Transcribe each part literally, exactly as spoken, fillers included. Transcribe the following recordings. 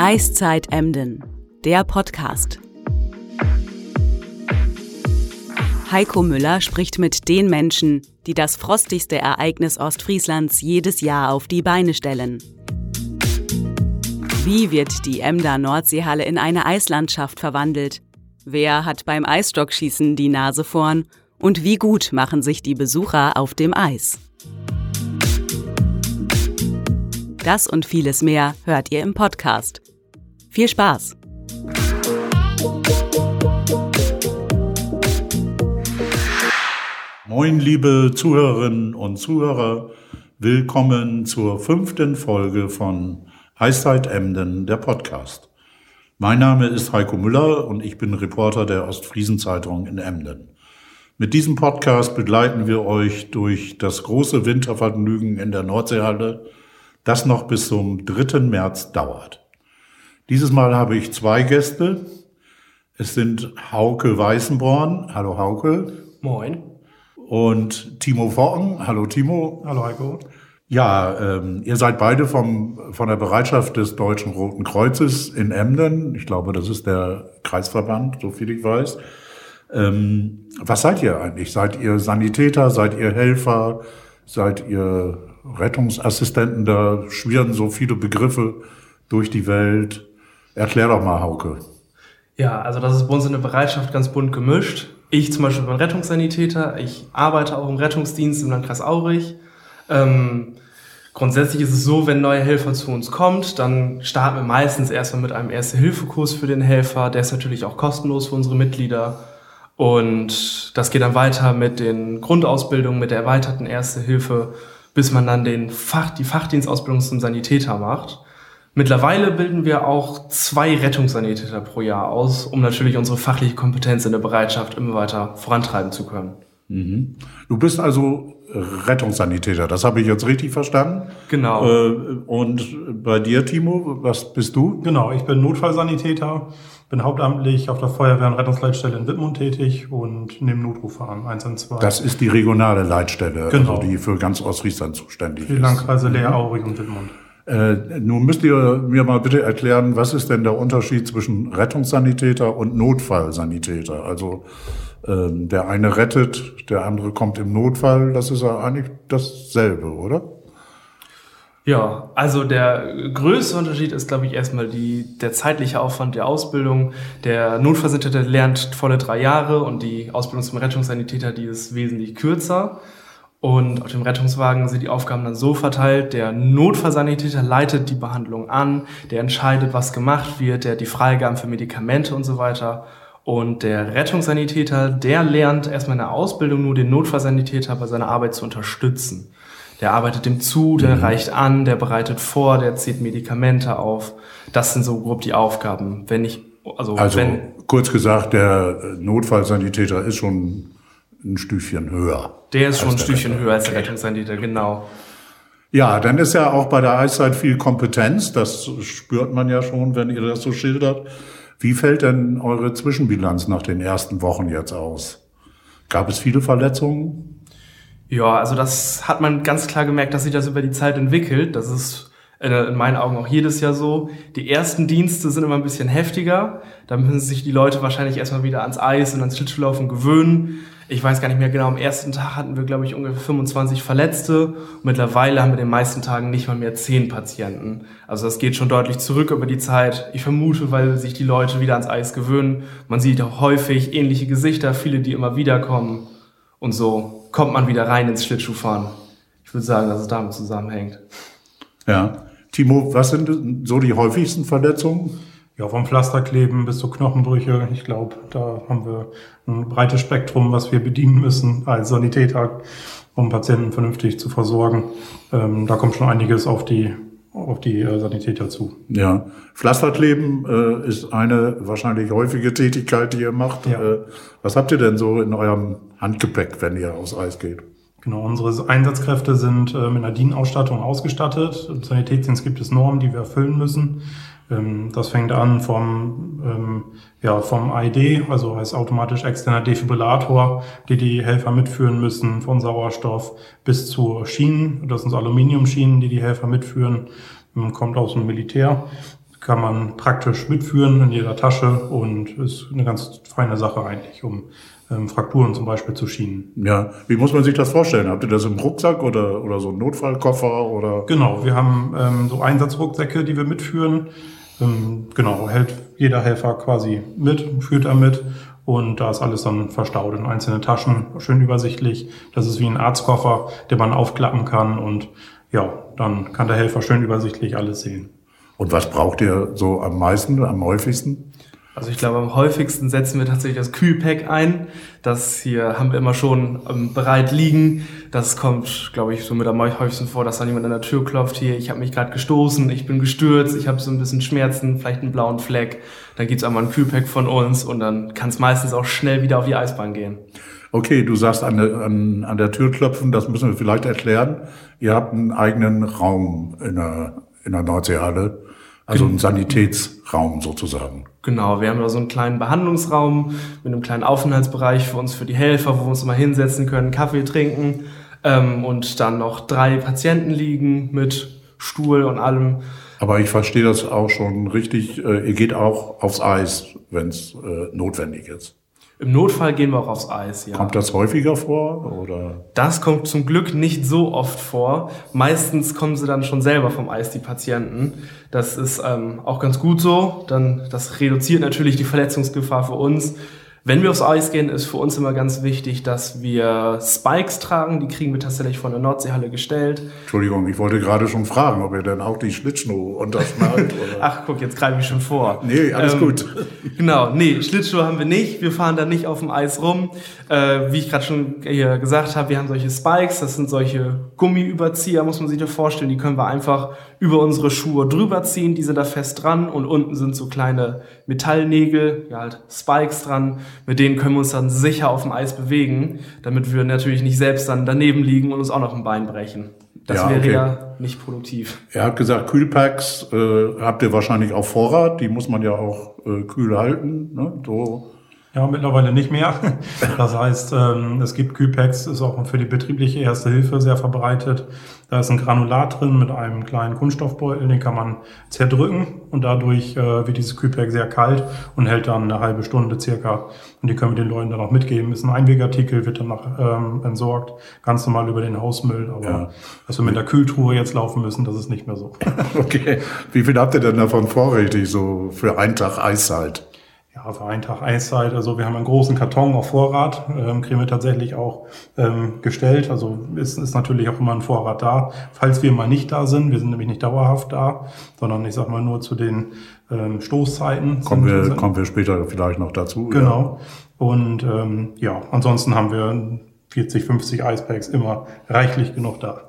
Eiszeit Emden, der Podcast. Heiko Müller spricht mit den Menschen, die das frostigste Ereignis Ostfrieslands jedes Jahr auf die Beine stellen. Wie wird die Emder Nordseehalle in eine Eislandschaft verwandelt? Wer hat beim Eisstockschießen die Nase vorn? Und wie gut machen sich die Besucher auf dem Eis? Das und vieles mehr hört ihr im Podcast. Viel Spaß! Moin, liebe Zuhörerinnen und Zuhörer. Willkommen zur fünften Folge von Eiszeit Emden, der Podcast. Mein Name ist Heiko Müller und ich bin Reporter der Ostfriesen-Zeitung in Emden. Mit diesem Podcast begleiten wir euch durch das große Wintervergnügen in der Nordseehalle, das noch bis zum dritten März dauert. Dieses Mal habe ich zwei Gäste. Es sind Hauke Weißenborn. Hallo Hauke. Moin. Und Timo Forken. Hallo Timo. Hallo Heiko. Ja, ähm, ihr seid beide vom, von der Bereitschaft des Deutschen Roten Kreuzes in Emden. Ich glaube, das ist der Kreisverband, so viel ich weiß. Ähm, was seid ihr eigentlich? Seid ihr Sanitäter? Seid ihr Helfer? Seid ihr Rettungsassistenten? Da schwirren so viele Begriffe durch die Welt. Erklär doch mal, Hauke. Ja, also das ist bei uns in der Bereitschaft ganz bunt gemischt. Ich zum Beispiel bin Rettungssanitäter. Ich arbeite auch im Rettungsdienst im Landkreis Aurich. Ähm, grundsätzlich ist es so, wenn ein neuer Helfer zu uns kommt, dann starten wir meistens erstmal mit einem Erste-Hilfe-Kurs für den Helfer. Der ist natürlich auch kostenlos für unsere Mitglieder. Und das geht dann weiter mit den Grundausbildungen, mit der erweiterten Erste-Hilfe, bis man dann den Fach, die Fachdienstausbildung zum Sanitäter macht. Mittlerweile bilden wir auch zwei Rettungssanitäter pro Jahr aus, um natürlich unsere fachliche Kompetenz in der Bereitschaft immer weiter vorantreiben zu können. Mhm. Du bist also Rettungssanitäter, das habe ich jetzt richtig verstanden? Genau. Äh, und bei dir, Timo, was bist du? Genau, ich bin Notfallsanitäter, bin hauptamtlich auf der Feuerwehr- und Rettungsleitstelle in Wittmund tätig und nehme Notrufe an, eins eins zwei. Das ist die regionale Leitstelle, genau, also die für ganz Ostfriesland zuständig für die ist. Landkreise Leer, Aurich und Wittmund. Äh, nun müsst ihr mir mal bitte erklären, was ist denn der Unterschied zwischen Rettungssanitäter und Notfallsanitäter? Also ähm, der eine rettet, der andere kommt im Notfall, das ist ja eigentlich dasselbe, oder? Ja, also der größte Unterschied ist, glaube ich, erstmal die, der zeitliche Aufwand der Ausbildung. Der Notfallsanitäter lernt volle drei Jahre und die Ausbildung zum Rettungssanitäter, die ist wesentlich kürzer. Und auf dem Rettungswagen sind die Aufgaben dann so verteilt, der Notfallsanitäter leitet die Behandlung an, der entscheidet, was gemacht wird, der hat die Freigaben für Medikamente und so weiter. Und der Rettungssanitäter, der lernt erstmal in der Ausbildung nur den Notfallsanitäter bei seiner Arbeit zu unterstützen. Der arbeitet dem zu, der mhm. reicht an, der bereitet vor, der zieht Medikamente auf. Das sind so grob die Aufgaben. Wenn ich, also, also wenn, kurz gesagt, der Notfallsanitäter ist schon ein Stückchen höher. Der ist schon ein Stückchen höher als der Rettungssanitäter, genau. Ja, dann ist ja auch bei der Eiszeit viel Kompetenz. Das spürt man ja schon, wenn ihr das so schildert. Wie fällt denn eure Zwischenbilanz nach den ersten Wochen jetzt aus? Gab es viele Verletzungen? Ja, also das hat man ganz klar gemerkt, dass sich das über die Zeit entwickelt. Das ist in meinen Augen auch jedes Jahr so. Die ersten Dienste sind immer ein bisschen heftiger. Da müssen sich die Leute wahrscheinlich erstmal wieder ans Eis und ans Schlittschuhlaufen gewöhnen. Ich weiß gar nicht mehr genau, am ersten Tag hatten wir, glaube ich, ungefähr fünfundzwanzig Verletzte. Und mittlerweile haben wir in den meisten Tagen nicht mal mehr zehn Patienten. Also das geht schon deutlich zurück über die Zeit. Ich vermute, weil sich die Leute wieder ans Eis gewöhnen. Man sieht auch häufig ähnliche Gesichter, viele, die immer wieder kommen. Und so kommt man wieder rein ins Schlittschuhfahren. Ich würde sagen, dass es damit zusammenhängt. Ja. Timo, was sind so die häufigsten Verletzungen? Ja, vom Pflasterkleben bis zu Knochenbrüche. Ich glaube, da haben wir ein breites Spektrum, was wir bedienen müssen als Sanitäter, um Patienten vernünftig zu versorgen. Ähm, da kommt schon einiges auf die auf die äh, Sanitäter zu. Ja, Pflasterkleben äh, ist eine wahrscheinlich häufige Tätigkeit, die ihr macht. Ja. Äh, was habt ihr denn so in eurem Handgepäck, wenn ihr aufs Eis geht? Genau, unsere Einsatzkräfte sind äh, mit einer D I N-Ausstattung ausgestattet. Im Sanitätsdienst gibt es Normen, die wir erfüllen müssen. Ähm, das fängt an vom, ähm, ja, vom I D, also als automatisch externer Defibrillator, die die Helfer mitführen müssen, von Sauerstoff bis zu Schienen. Das sind so Aluminiumschienen, die die Helfer mitführen. Ähm, kommt aus dem Militär. kann man praktisch mitführen in jeder Tasche und ist eine ganz feine Sache eigentlich, um ähm, Frakturen zum Beispiel zu schienen. Ja, wie muss man sich das vorstellen? Habt ihr das im Rucksack oder, oder so einen Notfallkoffer? Oder? Genau, wir haben ähm, so Einsatzrucksäcke, die wir mitführen. Ähm, genau, hält jeder Helfer quasi mit, führt er mit. Und da ist alles dann verstaut in einzelne Taschen, schön übersichtlich. Das ist wie ein Arztkoffer, den man aufklappen kann. Und ja, dann kann der Helfer schön übersichtlich alles sehen. Und was braucht ihr so am meisten, am häufigsten? Also ich glaube, am häufigsten setzen wir tatsächlich das Kühlpack ein. Das hier haben wir immer schon ähm, bereit liegen. Das kommt, glaube ich, so mit am häufigsten vor, dass dann jemand an der Tür klopft. Hier, ich habe mich gerade gestoßen, ich bin gestürzt, ich habe so ein bisschen Schmerzen, vielleicht einen blauen Fleck. Dann gibt's einmal ein Kühlpack von uns und dann kann es meistens auch schnell wieder auf die Eisbahn gehen. Okay, du sagst an der, an, an der Tür klopfen, das müssen wir vielleicht erklären. Ihr habt einen eigenen Raum in der, in der Nordseehalle. Also ein Sanitätsraum sozusagen. Genau, wir haben da so einen kleinen Behandlungsraum mit einem kleinen Aufenthaltsbereich für uns, für die Helfer, wo wir uns mal hinsetzen können, Kaffee trinken ähm, und dann noch drei Patienten liegen mit Stuhl und allem. Aber ich verstehe das auch schon richtig. Äh, ihr geht auch aufs Eis, wenn es äh, notwendig ist. Im Notfall gehen wir auch aufs Eis, ja. Kommt das häufiger vor, oder? Das kommt zum Glück nicht so oft vor. Meistens kommen sie dann schon selber vom Eis, die Patienten. Das ist ähm, auch ganz gut so. Dann, das reduziert natürlich die Verletzungsgefahr für uns. Wenn wir aufs Eis gehen, ist für uns immer ganz wichtig, dass wir Spikes tragen. Die kriegen wir tatsächlich von der Nordseehalle gestellt. Entschuldigung, ich wollte gerade schon fragen, ob ihr denn auch die Schlittschuhe unterschnallt, oder? Ach, guck, jetzt greife ich schon vor. Nee, alles ähm, gut. Genau, nee, Schlittschuhe haben wir nicht. Wir fahren da nicht auf dem Eis rum. Äh, wie ich gerade schon hier gesagt habe, wir haben solche Spikes. Das sind solche Gummiüberzieher, muss man sich da vorstellen. Die können wir einfach über unsere Schuhe drüber ziehen. Die sind da fest dran. Und unten sind so kleine Metallnägel, ja halt Spikes dran. Mit denen können wir uns dann sicher auf dem Eis bewegen, damit wir natürlich nicht selbst dann daneben liegen und uns auch noch ein Bein brechen. Das Ja, wäre okay. ja nicht produktiv. Ihr habt gesagt, Kühlpacks äh, habt ihr wahrscheinlich auf Vorrat. Die muss man ja auch äh, kühl halten, ne? So. Ja, mittlerweile nicht mehr. Das heißt, ähm, es gibt Kühlpacks, ist auch für die betriebliche Erste Hilfe sehr verbreitet. Da ist ein Granulat drin mit einem kleinen Kunststoffbeutel, den kann man zerdrücken und dadurch äh, wird dieses Kühlpack sehr kalt und hält dann eine halbe Stunde circa. Und die können wir den Leuten dann auch mitgeben. Ist ein Einwegartikel, wird dann noch ähm, entsorgt, ganz normal über den Hausmüll. Aber Ja. dass wir mit der Kühltruhe jetzt laufen müssen, das ist nicht mehr so. Okay. Wie viel habt ihr denn davon vorrätig, so für einen Tag Eiszeit? Ja, für einen Tag Eiszeit. Also wir haben einen großen Karton auf Vorrat, ähm, kriegen wir tatsächlich auch ähm, gestellt. Also ist, ist natürlich auch immer ein Vorrat da, falls wir mal nicht da sind. Wir sind nämlich nicht dauerhaft da, sondern ich sag mal nur zu den ähm, Stoßzeiten. Kommen sind, wir, sind, kommen wir später vielleicht noch dazu. Genau. Und ähm, ja, ansonsten haben wir vierzig, fünfzig Eispacks immer reichlich genug da.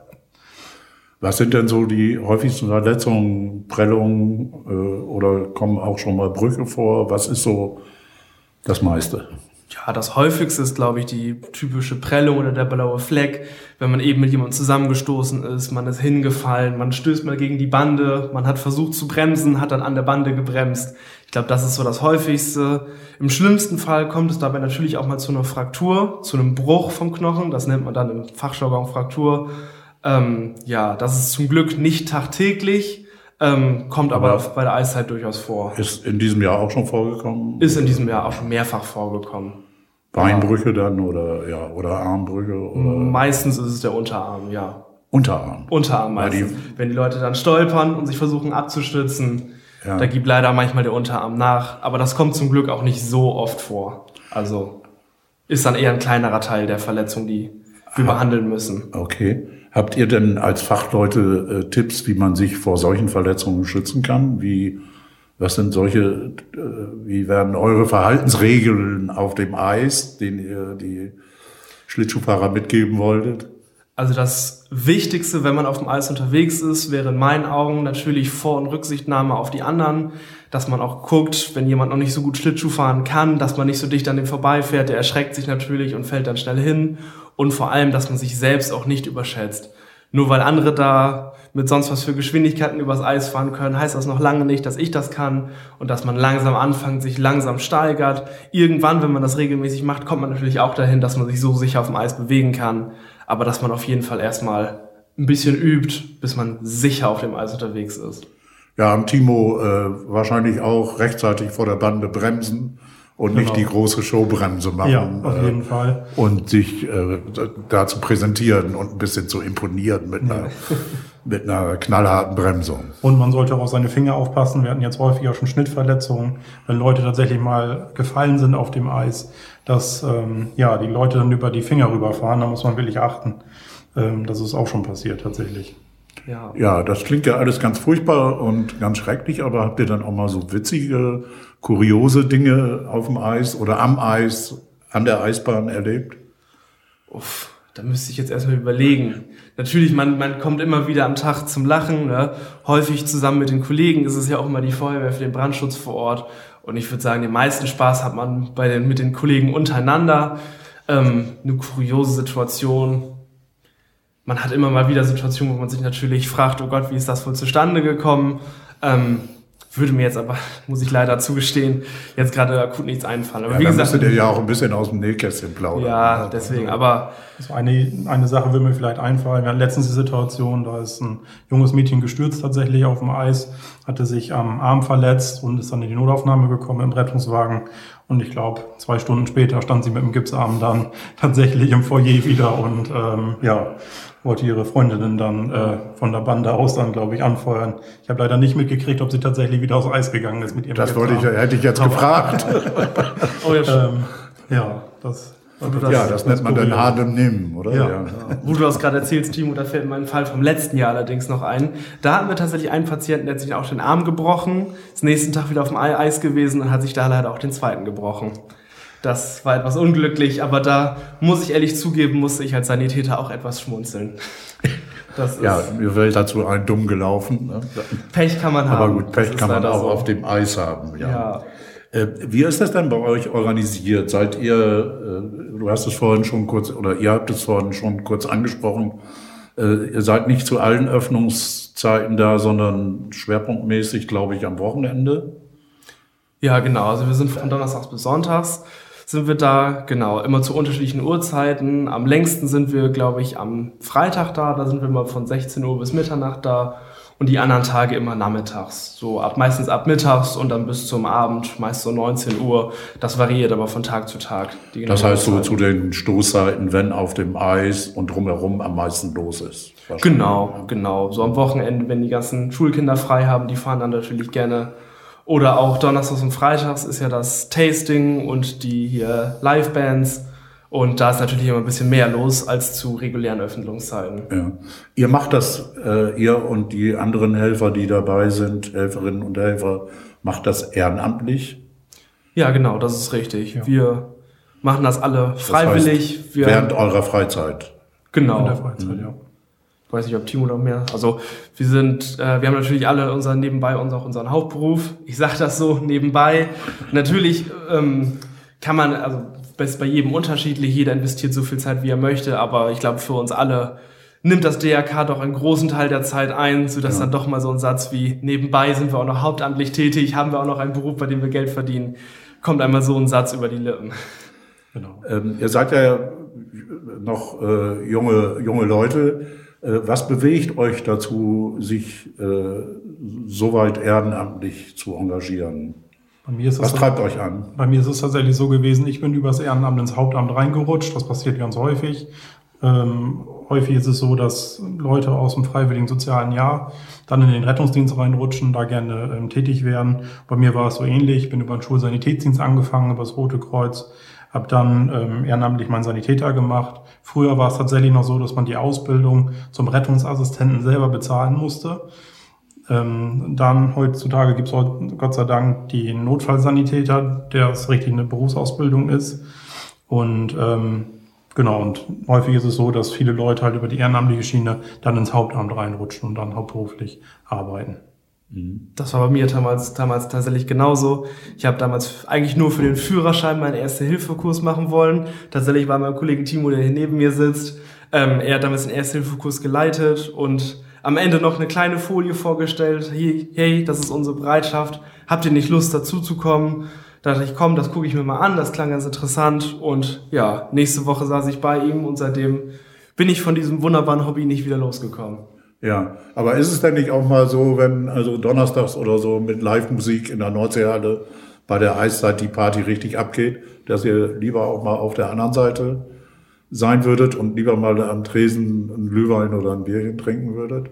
Was sind denn so die häufigsten Verletzungen, Prellungen äh, oder kommen auch schon mal Brüche vor? Was ist so das meiste? Ja, das häufigste ist, glaube ich, die typische Prellung oder der blaue Fleck, wenn man eben mit jemandem zusammengestoßen ist, man ist hingefallen, man stößt mal gegen die Bande, man hat versucht zu bremsen, hat dann an der Bande gebremst. Ich glaube, das ist so das häufigste. Im schlimmsten Fall kommt es dabei natürlich auch mal zu einer Fraktur, zu einem Bruch vom Knochen, das nennt man dann im Fachjargon Fraktur. Ähm, ja, das ist zum Glück nicht tagtäglich, ähm, kommt aber, aber bei der Eiszeit durchaus vor. Ist in diesem Jahr auch schon vorgekommen? Ist in diesem Jahr auch schon mehrfach vorgekommen. Beinbrüche dann oder ja oder Armbrüche oder Meistens ist es der Unterarm, ja. Unterarm. Unterarm Weil meistens. die- Wenn die Leute dann stolpern und sich versuchen abzustützen, Ja. da gibt leider manchmal der Unterarm nach. Aber das kommt zum Glück auch nicht so oft vor. Also ist dann eher ein kleinerer Teil der Verletzung, die wir behandeln müssen. Okay. Habt ihr denn als Fachleute äh, Tipps, wie man sich vor solchen Verletzungen schützen kann? Wie, was sind solche, äh, wie werden eure Verhaltensregeln auf dem Eis, den ihr die Schlittschuhfahrer mitgeben wolltet? Also das Wichtigste, wenn man auf dem Eis unterwegs ist, wäre in meinen Augen natürlich Vor- und Rücksichtnahme auf die anderen, dass man auch guckt, wenn jemand noch nicht so gut Schlittschuh fahren kann, dass man nicht so dicht an dem vorbeifährt, der erschreckt sich natürlich und fällt dann schnell hin und vor allem, dass man sich selbst auch nicht überschätzt. Nur weil andere da mit sonst was für Geschwindigkeiten übers Eis fahren können, heißt das noch lange nicht, dass ich das kann und dass man langsam anfängt, sich langsam steigert. Irgendwann, wenn man das regelmäßig macht, kommt man natürlich auch dahin, dass man sich so sicher auf dem Eis bewegen kann, aber dass man auf jeden Fall erstmal ein bisschen übt, bis man sicher auf dem Eis unterwegs ist. Ja, am Timo äh, wahrscheinlich auch rechtzeitig vor der Bande bremsen und genau. nicht die große Showbremse machen. Ja, auf äh, jeden Fall. Und sich äh, da zu präsentieren und ein bisschen zu imponieren mit, ja. einer, mit einer knallharten Bremsung. Und man sollte auch auf seine Finger aufpassen. Wir hatten jetzt häufig auch schon Schnittverletzungen, wenn Leute tatsächlich mal gefallen sind auf dem Eis, dass ähm, ja die Leute dann über die Finger rüberfahren. Da muss man wirklich achten. Ähm, das ist auch schon passiert tatsächlich. Ja. ja, das klingt ja alles ganz furchtbar und ganz schrecklich, aber habt ihr dann auch mal so witzige, kuriose Dinge auf dem Eis oder am Eis, an der Eisbahn erlebt? Uff, da müsste ich jetzt erstmal überlegen. Natürlich, man, man kommt immer wieder am Tag zum Lachen, ne? Häufig zusammen mit den Kollegen ist es ja auch immer die Feuerwehr für den Brandschutz vor Ort. Und ich würde sagen, den meisten Spaß hat man bei den, mit den Kollegen untereinander. Ähm, eine kuriose Situation. Man hat immer mal wieder Situationen, wo man sich natürlich fragt, oh Gott, wie ist das wohl zustande gekommen? Ähm, würde mir jetzt aber, muss ich leider zugestehen, jetzt gerade akut nichts einfallen. Aber ja, wie dann gesagt, müsstet ihr ja auch ein bisschen aus dem Nähkästchen plaudern. Ja, deswegen, aber... Also eine, eine Sache würde mir vielleicht einfallen. Wir hatten letztens die Situation, da ist ein junges Mädchen gestürzt tatsächlich auf dem Eis, hatte sich am Arm verletzt und ist dann in die Notaufnahme gekommen im Rettungswagen. Und ich glaube, zwei Stunden später stand sie mit dem Gipsarm dann tatsächlich im Foyer wieder und ähm, ja, wollte ihre Freundinnen dann äh, von der Bande aus dann, glaube ich, anfeuern. Ich habe leider nicht mitgekriegt, ob sie tatsächlich wieder aufs Eis gegangen ist mit ihrem Das wollte ich, hätte ich jetzt gefragt. oh, ja, ähm, ja, das... Das, ja, das nennt man dann hart im Nehmen, oder? Ja. Ja. Wo du das gerade erzählst, Timo, da fällt mir ein Fall vom letzten Jahr allerdings noch ein. Da hatten wir tatsächlich einen Patienten, der hat sich auch den Arm gebrochen, ist nächsten Tag wieder auf dem Eis gewesen und hat sich da leider auch den zweiten gebrochen. Das war etwas unglücklich, aber da muss ich ehrlich zugeben, musste ich als Sanitäter auch etwas schmunzeln. Das ist ja, mir fällt dazu ein, dumm gelaufen. Ne? Pech kann man haben. Aber gut, Pech kann man auch so. auf dem Eis haben. Ja. Ja. Wie ist das denn bei euch organisiert? Seid ihr, du hast es vorhin schon kurz, oder ihr habt es vorhin schon kurz angesprochen, ihr seid nicht zu allen Öffnungszeiten da, sondern schwerpunktmäßig, glaube ich, am Wochenende? Ja, genau. Also wir sind von Donnerstags bis Sonntags sind wir da, genau, immer zu unterschiedlichen Uhrzeiten. Am längsten sind wir, glaube ich, am Freitag da. Da sind wir mal von sechzehn Uhr bis Mitternacht da. Und die anderen Tage immer nachmittags, so ab meistens ab mittags und dann bis zum Abend, meist so neunzehn Uhr. Das variiert aber von Tag zu Tag. Die das heißt so zu den Stoßzeiten, wenn auf dem Eis und drumherum am meisten los ist. Genau, genau. So am Wochenende, wenn die ganzen Schulkinder frei haben, die fahren dann natürlich gerne. Oder auch donnerstags und freitags ist ja das Tasting und die hier Live-Bands. Und da ist natürlich immer ein bisschen mehr los als zu regulären Öffnungszeiten. Ja. Ihr macht das, äh, ihr und die anderen Helfer, die dabei sind, Helferinnen und Helfer, macht das ehrenamtlich? Ja, genau, das ist richtig. Ja. Wir machen das alle freiwillig. Das heißt, wir während eurer Freizeit? Genau. In der Freizeit, mhm. ja. Ich weiß nicht, ob Timo noch mehr. Also wir sind, äh, wir haben natürlich alle unser nebenbei uns auch unseren Hauptberuf. Ich sage das so nebenbei. Natürlich ähm, kann man, also ist bei jedem unterschiedlich, jeder investiert so viel Zeit, wie er möchte, aber ich glaube, für uns alle nimmt das D R K doch einen großen Teil der Zeit ein, sodass ja. dann doch mal so ein Satz wie nebenbei sind wir auch noch hauptamtlich tätig, haben wir auch noch einen Beruf, bei dem wir Geld verdienen, kommt einmal so ein Satz über die Lippen. Genau. Ähm, ihr seid ja noch äh, junge, junge Leute. Äh, was bewegt euch dazu, sich äh, so weit ehrenamtlich zu engagieren? Bei mir ist Was es treibt euch an? Bei mir ist es tatsächlich so gewesen, ich bin übers Ehrenamt ins Hauptamt reingerutscht. Das passiert ganz häufig. Ähm, häufig ist es so, dass Leute aus dem freiwilligen sozialen Jahr dann in den Rettungsdienst reinrutschen, da gerne ähm, tätig werden. Bei mir war es so ähnlich. Ich bin über den Schulsanitätsdienst angefangen, über das Rote Kreuz, habe dann ähm, ehrenamtlich meinen Sanitäter gemacht. Früher war es tatsächlich noch so, dass man die Ausbildung zum Rettungsassistenten selber bezahlen musste. Ähm, dann heutzutage gibt es Gott sei Dank die Notfallsanitäter, der es richtig eine Berufsausbildung ist. Und ähm, genau, und häufig ist es so, dass viele Leute halt über die ehrenamtliche Schiene dann ins Hauptamt reinrutschen und dann hauptberuflich arbeiten. Das war bei mir damals, damals tatsächlich genauso. Ich habe damals eigentlich nur für den Führerschein meinen Erste-Hilfe-Kurs machen wollen. Tatsächlich war mein Kollege Timo, der hier neben mir sitzt, ähm, er hat damals den Erste-Hilfe-Kurs geleitet und am Ende noch eine kleine Folie vorgestellt. Hey, hey, das ist unsere Bereitschaft. Habt ihr nicht Lust, dazu zu kommen? Da dachte ich, komm, das gucke ich mir mal an. Das klang ganz interessant. Und ja, nächste Woche saß ich bei ihm und seitdem bin ich von diesem wunderbaren Hobby nicht wieder losgekommen. Ja, aber ist es denn nicht auch mal so, wenn also donnerstags oder so mit Live-Musik in der Nordseehalle bei der Eiszeit die Party richtig abgeht, dass ihr lieber auch mal auf der anderen Seite sein würdet und lieber mal am Tresen einen Glühwein oder ein Bierchen trinken würdet?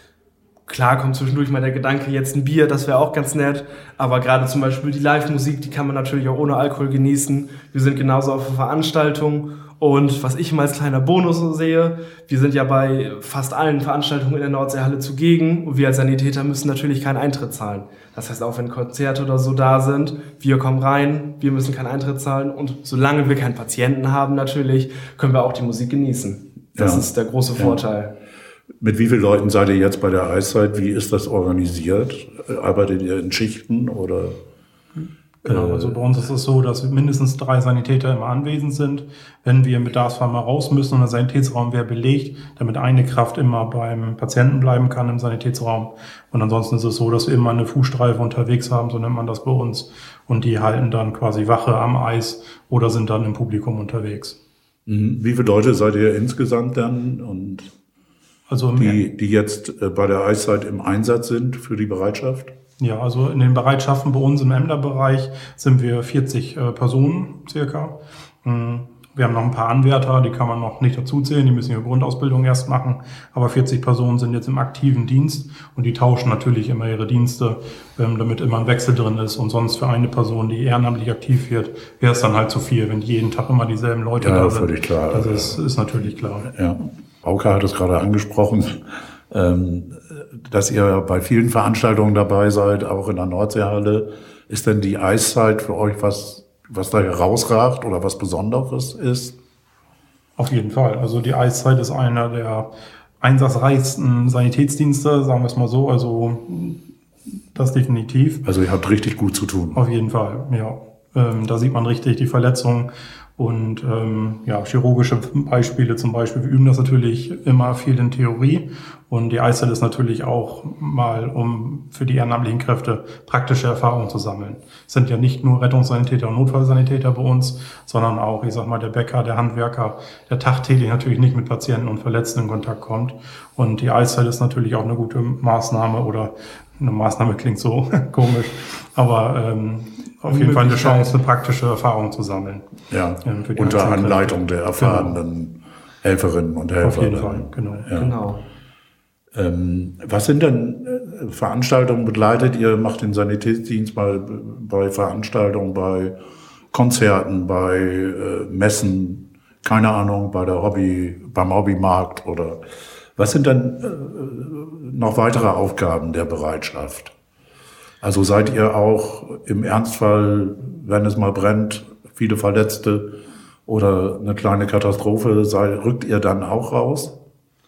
Klar kommt zwischendurch mal der Gedanke, jetzt ein Bier, das wäre auch ganz nett. Aber gerade zum Beispiel die Live-Musik, die kann man natürlich auch ohne Alkohol genießen. Wir sind genauso auf Veranstaltungen. Und was ich mal als kleiner Bonus so sehe, wir sind ja bei fast allen Veranstaltungen in der Nordseehalle zugegen. Und wir als Sanitäter müssen natürlich keinen Eintritt zahlen. Das heißt, auch wenn Konzerte oder so da sind, wir kommen rein, wir müssen keinen Eintritt zahlen. Und solange wir keinen Patienten haben natürlich, können wir auch die Musik genießen. Das ja. ist der große Vorteil. Ja. Mit wie vielen Leuten seid ihr jetzt bei der Eiszeit? Wie ist das organisiert? Arbeitet ihr in Schichten oder? Genau, also bei uns ist es so, dass mindestens drei Sanitäter immer anwesend sind. Wenn wir im Bedarfsfall mal raus müssen und der Sanitätsraum wäre belegt, damit eine Kraft immer beim Patienten bleiben kann im Sanitätsraum. Und ansonsten ist es so, dass wir immer eine Fußstreife unterwegs haben, so nennt man das bei uns. Und die halten dann quasi Wache am Eis oder sind dann im Publikum unterwegs. Wie viele Leute seid ihr insgesamt dann? Und also die, die jetzt bei der Eiszeit im Einsatz sind für die Bereitschaft? Ja, also in den Bereitschaften bei uns im Ämterbereich sind wir vierzig äh, Personen circa. Wir haben noch ein paar Anwärter, die kann man noch nicht dazuzählen, die müssen ihre Grundausbildung erst machen. Aber vierzig Personen sind jetzt im aktiven Dienst und die tauschen natürlich immer ihre Dienste, ähm, damit immer ein Wechsel drin ist. Und sonst für eine Person, die ehrenamtlich aktiv wird, wäre es dann halt zu viel, wenn jeden Tag immer dieselben Leute ja, da sind. sind. Ja, völlig klar. Das ist, ist natürlich klar. Ja. Auke hat es gerade angesprochen, ähm, dass ihr bei vielen Veranstaltungen dabei seid, auch in der Nordseehalle. Ist denn die Eiszeit für euch was, was da herausragt oder was Besonderes ist? Auf jeden Fall. Also die Eiszeit ist einer der einsatzreichsten Sanitätsdienste, sagen wir es mal so. Also das definitiv. Also ihr habt richtig gut zu tun. Auf jeden Fall, ja. Ähm, da sieht man richtig die Verletzungen. Und ähm, ja, chirurgische Beispiele zum Beispiel, wir üben das natürlich immer viel in Theorie und die Eiszeit ist natürlich auch mal, um für die ehrenamtlichen Kräfte praktische Erfahrungen zu sammeln. Es sind ja nicht nur Rettungssanitäter und Notfallsanitäter bei uns, sondern auch, ich sag mal, der Bäcker, der Handwerker, der tagtäglich natürlich nicht mit Patienten und Verletzten in Kontakt kommt. Und die Eiszeit ist natürlich auch eine gute Maßnahme oder eine Maßnahme klingt so komisch, aber ähm, auf jeden Fall eine Chance, eine praktische Erfahrung zu sammeln. Ja, ähm, unter Anleitung der erfahrenen genau. Helferinnen und Helfer. Auf jeden Fall, genau. Ja. genau. Ähm, was sind denn äh, Veranstaltungen begleitet? Ihr macht den Sanitätsdienst bei, bei Veranstaltungen, bei Konzerten, bei äh, Messen, keine Ahnung, bei der Hobby, beim Hobbymarkt oder was sind denn äh, noch weitere Aufgaben der Bereitschaft? Also seid ihr auch im Ernstfall, wenn es mal brennt, viele Verletzte oder eine kleine Katastrophe, sei, rückt ihr dann auch raus?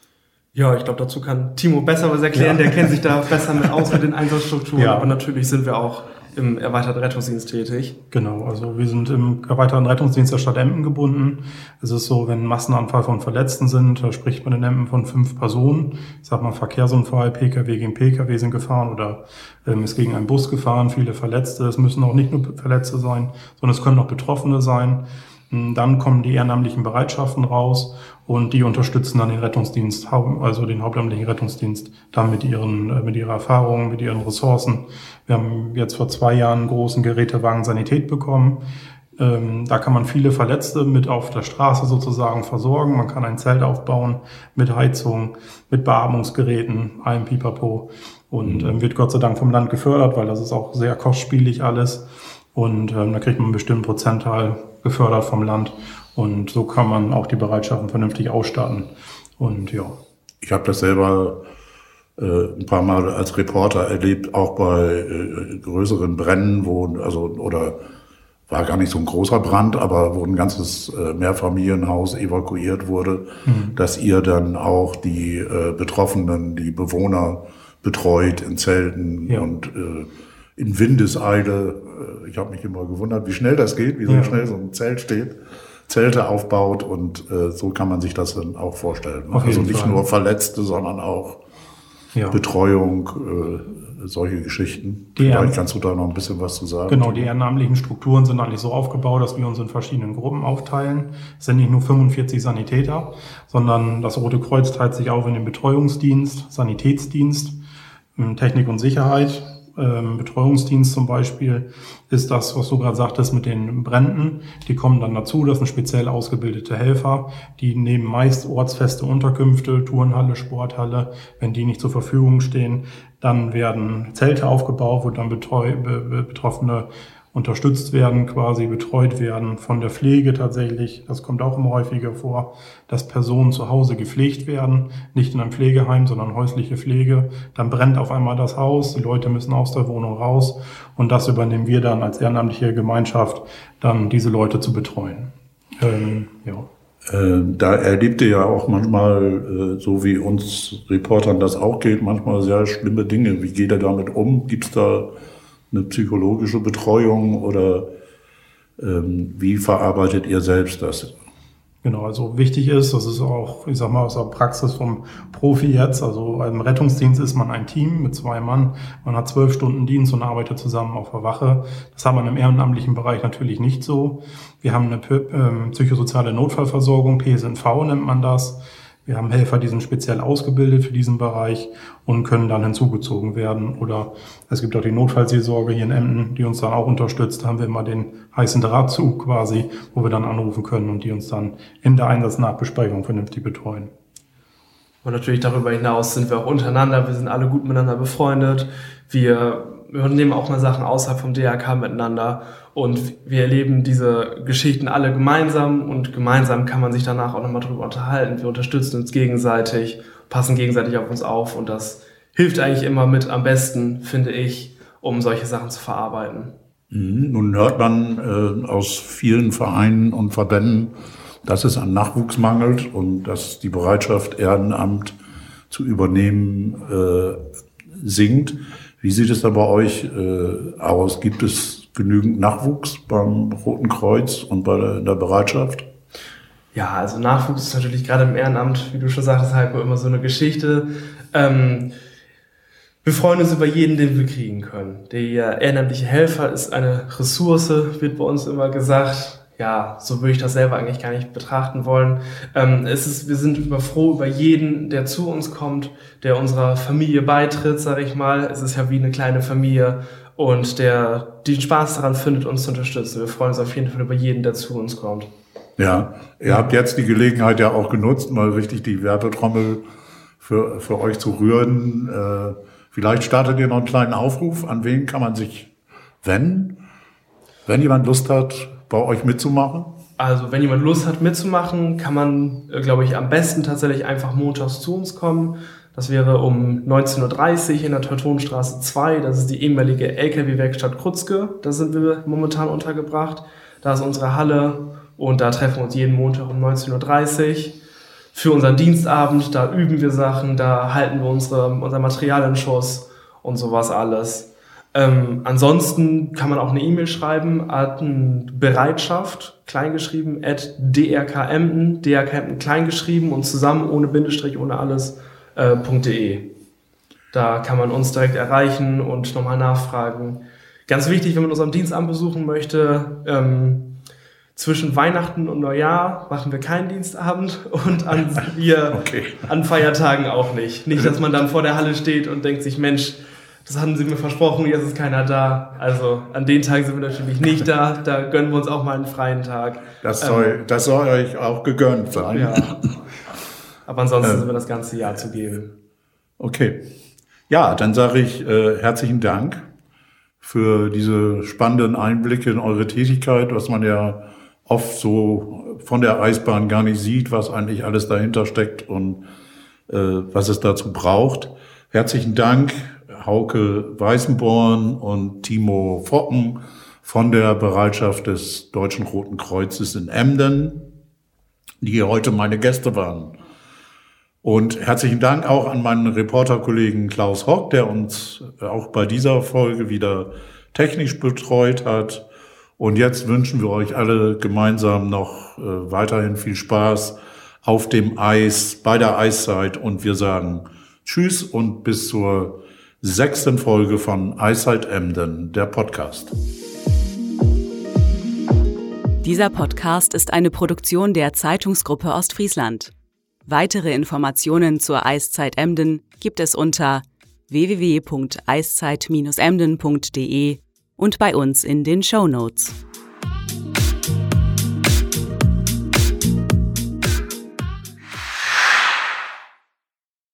Ja, ich glaube, dazu kann Timo besser was erklären. Ja. Der kennt sich da besser mit aus mit den Einsatzstrukturen. Ja. Aber natürlich sind wir auch im erweiterten Rettungsdienst tätig. Genau, also wir sind im erweiterten Rettungsdienst der Stadt Emden gebunden. Es ist so, wenn ein Massenanfall von Verletzten sind, da spricht man in Emden von fünf Personen. Ich sag mal Verkehrsunfall, P K W gegen P K W sind gefahren oder ähm, ist gegen einen Bus gefahren, viele Verletzte. Es müssen auch nicht nur Verletzte sein, sondern es können auch Betroffene sein. Dann kommen die ehrenamtlichen Bereitschaften raus und die unterstützen dann den Rettungsdienst, also den hauptamtlichen Rettungsdienst, dann mit ihren, mit ihrer Erfahrung, mit ihren Ressourcen. Wir haben jetzt vor zwei Jahren einen großen Gerätewagen Sanität bekommen. Ähm, da kann man viele Verletzte mit auf der Straße sozusagen versorgen. Man kann ein Zelt aufbauen mit Heizung, mit Beatmungsgeräten, allem Pipapo und ähm, wird Gott sei Dank vom Land gefördert, weil das ist auch sehr kostspielig alles. Und ähm, da kriegt man einen bestimmten Prozentteil gefördert vom Land. Und so kann man auch die Bereitschaften vernünftig ausstatten. Und ja. Ich habe das selber äh, ein paar Mal als Reporter erlebt, auch bei äh, größeren Bränden, wo, also, oder war gar nicht so ein großer Brand, aber wo ein ganzes äh, Mehrfamilienhaus evakuiert wurde, mhm. dass ihr dann auch die äh, Betroffenen, die Bewohner betreut in Zelten ja. und äh, in Windeseile. Ich habe mich immer gewundert, wie schnell das geht, wie so ja. schnell so ein Zelt steht, Zelte aufbaut und äh, so kann man sich das dann auch vorstellen. Auf also nicht Fall. nur Verletzte, sondern auch ja. Betreuung, äh, solche Geschichten. Die Vielleicht kannst du da noch ein bisschen was zu sagen. Genau, die ehrenamtlichen Strukturen sind eigentlich so aufgebaut, dass wir uns in verschiedenen Gruppen aufteilen. Es sind nicht nur fünfundvierzig Sanitäter, sondern das Rote Kreuz teilt sich auf in den Betreuungsdienst, Sanitätsdienst, Technik und Sicherheit. Ähm, Betreuungsdienst zum Beispiel ist das, was du gerade sagtest mit den Bränden. Die kommen dann dazu, das sind speziell ausgebildete Helfer. Die nehmen meist ortsfeste Unterkünfte, Turnhalle, Sporthalle. Wenn die nicht zur Verfügung stehen, dann werden Zelte aufgebaut, wo dann Betreu- be- Betroffene unterstützt werden, quasi betreut werden von der Pflege tatsächlich. Das kommt auch immer häufiger vor, dass Personen zu Hause gepflegt werden, nicht in einem Pflegeheim, sondern häusliche Pflege. Dann brennt auf einmal das Haus, die Leute müssen aus der Wohnung raus und das übernehmen wir dann als ehrenamtliche Gemeinschaft, dann diese Leute zu betreuen. Ähm, ja. Äh, da erlebt ihr ja auch manchmal, äh, so wie uns Reportern das auch geht, manchmal sehr schlimme Dinge. Wie geht ihr damit um? Gibt's da eine psychologische Betreuung oder ähm, wie verarbeitet ihr selbst das? Genau, also wichtig ist, das ist auch, ich sag mal, aus der Praxis vom Profi jetzt, also im Rettungsdienst ist man ein Team mit zwei Mann, man hat zwölf Stunden Dienst und arbeitet zusammen auf der Wache. Das hat man im ehrenamtlichen Bereich natürlich nicht so. Wir haben eine ähm, psychosoziale Notfallversorgung, P S N V nennt man das. Wir haben Helfer, die sind speziell ausgebildet für diesen Bereich und können dann hinzugezogen werden. Oder es gibt auch die Notfallseelsorge hier in Emden, die uns dann auch unterstützt. Da haben wir immer den heißen Drahtzug quasi, wo wir dann anrufen können und die uns dann in der Einsatznachbesprechung vernünftig betreuen. Und natürlich darüber hinaus sind wir auch untereinander. Wir sind alle gut miteinander befreundet. Wir, wir nehmen auch mal Sachen außerhalb vom D R K miteinander. Und wir erleben diese Geschichten alle gemeinsam und gemeinsam kann man sich danach auch nochmal drüber unterhalten. Wir unterstützen uns gegenseitig, passen gegenseitig auf uns auf und das hilft eigentlich immer mit am besten, finde ich, um solche Sachen zu verarbeiten. Nun hört man äh, aus vielen Vereinen und Verbänden, dass es an Nachwuchs mangelt und dass die Bereitschaft, Ehrenamt zu übernehmen, äh, sinkt. Wie sieht es da bei euch äh, aus? Gibt es genügend Nachwuchs beim Roten Kreuz und bei der, der Bereitschaft? Ja, also Nachwuchs ist natürlich gerade im Ehrenamt, wie du schon sagtest, Heiko, immer so eine Geschichte. Ähm, wir freuen uns über jeden, den wir kriegen können. Der ehrenamtliche Helfer ist eine Ressource, wird bei uns immer gesagt. Ja, so würde ich das selber eigentlich gar nicht betrachten wollen. Ähm, es ist, wir sind über froh über jeden, der zu uns kommt, der unserer Familie beitritt, sage ich mal. Es ist ja wie eine kleine Familie und der den Spaß daran findet, uns zu unterstützen. Wir freuen uns auf jeden Fall über jeden, der zu uns kommt. Ja, ihr habt jetzt die Gelegenheit ja auch genutzt, mal richtig die Werbetrommel für, für euch zu rühren. Äh, vielleicht startet ihr noch einen kleinen Aufruf. An wen kann man sich wenden, wenn jemand Lust hat, bei euch mitzumachen? Also wenn jemand Lust hat mitzumachen, kann man, glaube ich, am besten tatsächlich einfach montags zu uns kommen. Das wäre um neunzehn Uhr dreißig in der Teutonstraße zwei. Das ist die ehemalige L K W-Werkstatt Krutzke. Da sind wir momentan untergebracht. Da ist unsere Halle und da treffen wir uns jeden Montag um neunzehn Uhr dreißig für unseren Dienstabend. Da üben wir Sachen, da halten wir unsere, unser Material in Schuss und sowas alles. Ähm, ansonsten kann man auch eine E-Mail schreiben an Bereitschaft, kleingeschrieben, at drkemden, drkemden kleingeschrieben und zusammen, ohne Bindestrich, ohne alles, äh, .de. Da kann man uns direkt erreichen und nochmal nachfragen. Ganz wichtig, wenn man unseren Dienstamt besuchen möchte, ähm, zwischen Weihnachten und Neujahr machen wir keinen Dienstabend und an, wir, okay. an Feiertagen auch nicht. Nicht, dass man dann vor der Halle steht und denkt sich, Mensch, das hatten sie mir versprochen, jetzt ist keiner da. Also an den Tagen sind wir natürlich nicht da. Da gönnen wir uns auch mal einen freien Tag. Das soll, ähm, das soll euch auch gegönnt sein. Ja. Aber ansonsten ähm, sind wir das ganze Jahr zu geben. Okay. Ja, dann sage ich äh, herzlichen Dank für diese spannenden Einblicke in eure Tätigkeit, was man ja oft so von der Eisbahn gar nicht sieht, was eigentlich alles dahinter steckt und äh, was es dazu braucht. Herzlichen Dank, Hauke Weißenborn und Timo Foppen von der Bereitschaft des Deutschen Roten Kreuzes in Emden, die heute meine Gäste waren. Und herzlichen Dank auch an meinen Reporterkollegen Klaus Hock, der uns auch bei dieser Folge wieder technisch betreut hat. Und jetzt wünschen wir euch alle gemeinsam noch äh, weiterhin viel Spaß auf dem Eis, bei der Eiszeit. Und wir sagen Tschüss und bis zur sechsten Folge von Eiszeit Emden, der Podcast. Dieser Podcast ist eine Produktion der Zeitungsgruppe Ostfriesland. Weitere Informationen zur Eiszeit Emden gibt es unter w w w punkt eiszeit Bindestrich emden punkt de und bei uns in den Shownotes.